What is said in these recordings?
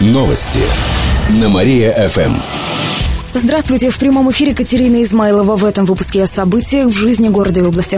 Новости на Мария-ФМ. Здравствуйте, в прямом эфире Катерина Измайлова. В этом выпуске о событиях в жизни города и области.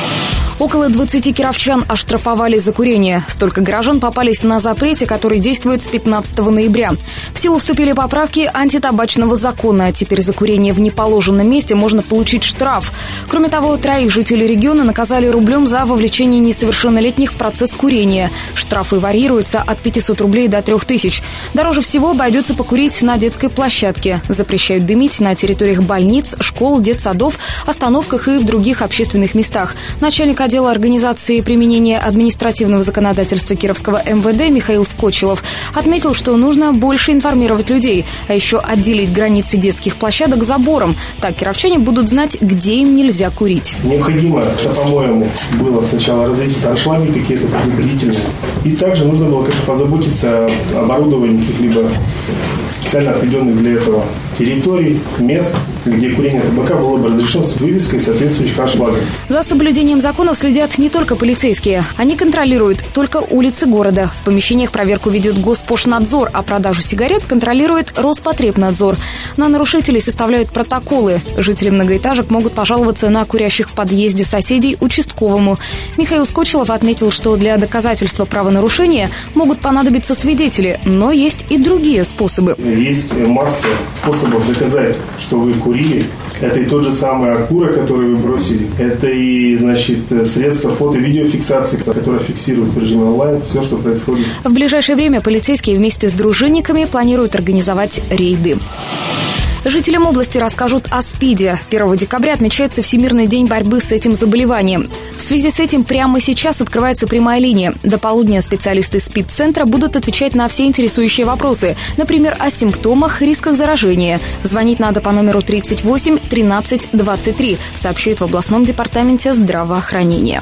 Около 20 кировчан оштрафовали за курение. Столько граждан попались на запрете, который действует с 15 ноября. В силу вступили поправки антитабачного закона. Теперь за курение в неположенном месте можно получить штраф. Кроме того, 3 жителей региона наказали рублем за вовлечение несовершеннолетних в процесс курения. Штрафы варьируются от 500 рублей до 3000. Дороже всего обойдется покурить на детской площадке. Запрещают дымить на территориях больниц, школ, детсадов, остановках и в других общественных местах. Начальник отдела организации применения административного законодательства Кировского МВД Михаил Скочелов отметил, что нужно больше информировать людей, а еще отделить границы детских площадок забором. Так кировчане будут знать, где им нельзя курить. Необходимо, по-моему, было сначала развесить аншлаги какие-то предупредительные. И также нужно было, конечно, позаботиться об оборудовании каких-либо специально отведенных для этого территорий, мест, где курение табака было бы разрешено с вывеской соответствующих аншлагов. За соблюдением законов следят не только полицейские. Они контролируют только улицы города. В помещениях проверку ведет Госпошнадзор, а продажу сигарет контролирует Роспотребнадзор. На нарушителей составляют протоколы. Жители многоэтажек могут пожаловаться на курящих в подъезде соседей участковому. Михаил Скочелов отметил, что для доказательства правонарушения могут понадобиться свидетели, но есть и другие способы. Есть масса способов доказать, что вы курили. Это и тот же самый окурок, который вы бросили. Это и, средства фото-видеофиксации, которые фиксируют в режиме онлайн все, что происходит. В ближайшее время полицейские вместе с дружинниками планируют организовать рейды. Жителям области расскажут о СПИДе. 1 декабря отмечается Всемирный день борьбы с этим заболеванием. В связи с этим прямо сейчас открывается прямая линия. До полудня специалисты СПИД-центра будут отвечать на все интересующие вопросы. Например, о симптомах, рисках заражения. Звонить надо по номеру 38 13 23, сообщают в областном департаменте здравоохранения.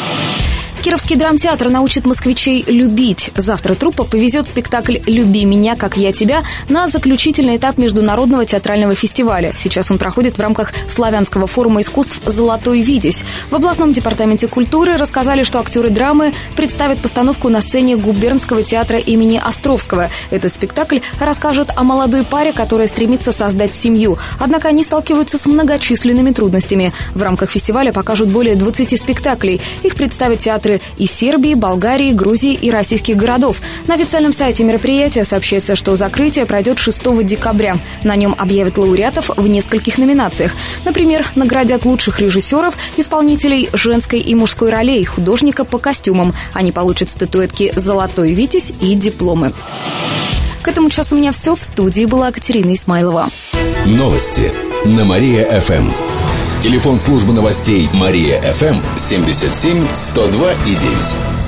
Кировский драмтеатр научит москвичей любить. Завтра труппа повезет спектакль «Люби меня, как я тебя» на заключительный этап международного театрального фестиваля. Сейчас он проходит в рамках славянского форума искусств «Золотой Витязь». В областном департаменте культуры рассказали, что актеры драмы представят постановку на сцене губернского театра имени Островского. Этот спектакль расскажет о молодой паре, которая стремится создать семью. Однако они сталкиваются с многочисленными трудностями. В рамках фестиваля покажут более 20 спектаклей. Их представят театры из Сербии, Болгарии, Грузии и российских городов. На официальном сайте мероприятия сообщается, что закрытие пройдет 6 декабря. На нем объявят лауреатов в нескольких номинациях. Например, наградят лучших режиссеров, исполнителей женской и мужской ролей, художника по костюмам. Они получат статуэтки «Золотой Витязь» и дипломы. К этому часу у меня все. В студии была Катерина Измайлова. Новости на Мария-ФМ. Телефон службы новостей Мария-ФМ 77 102 и 9.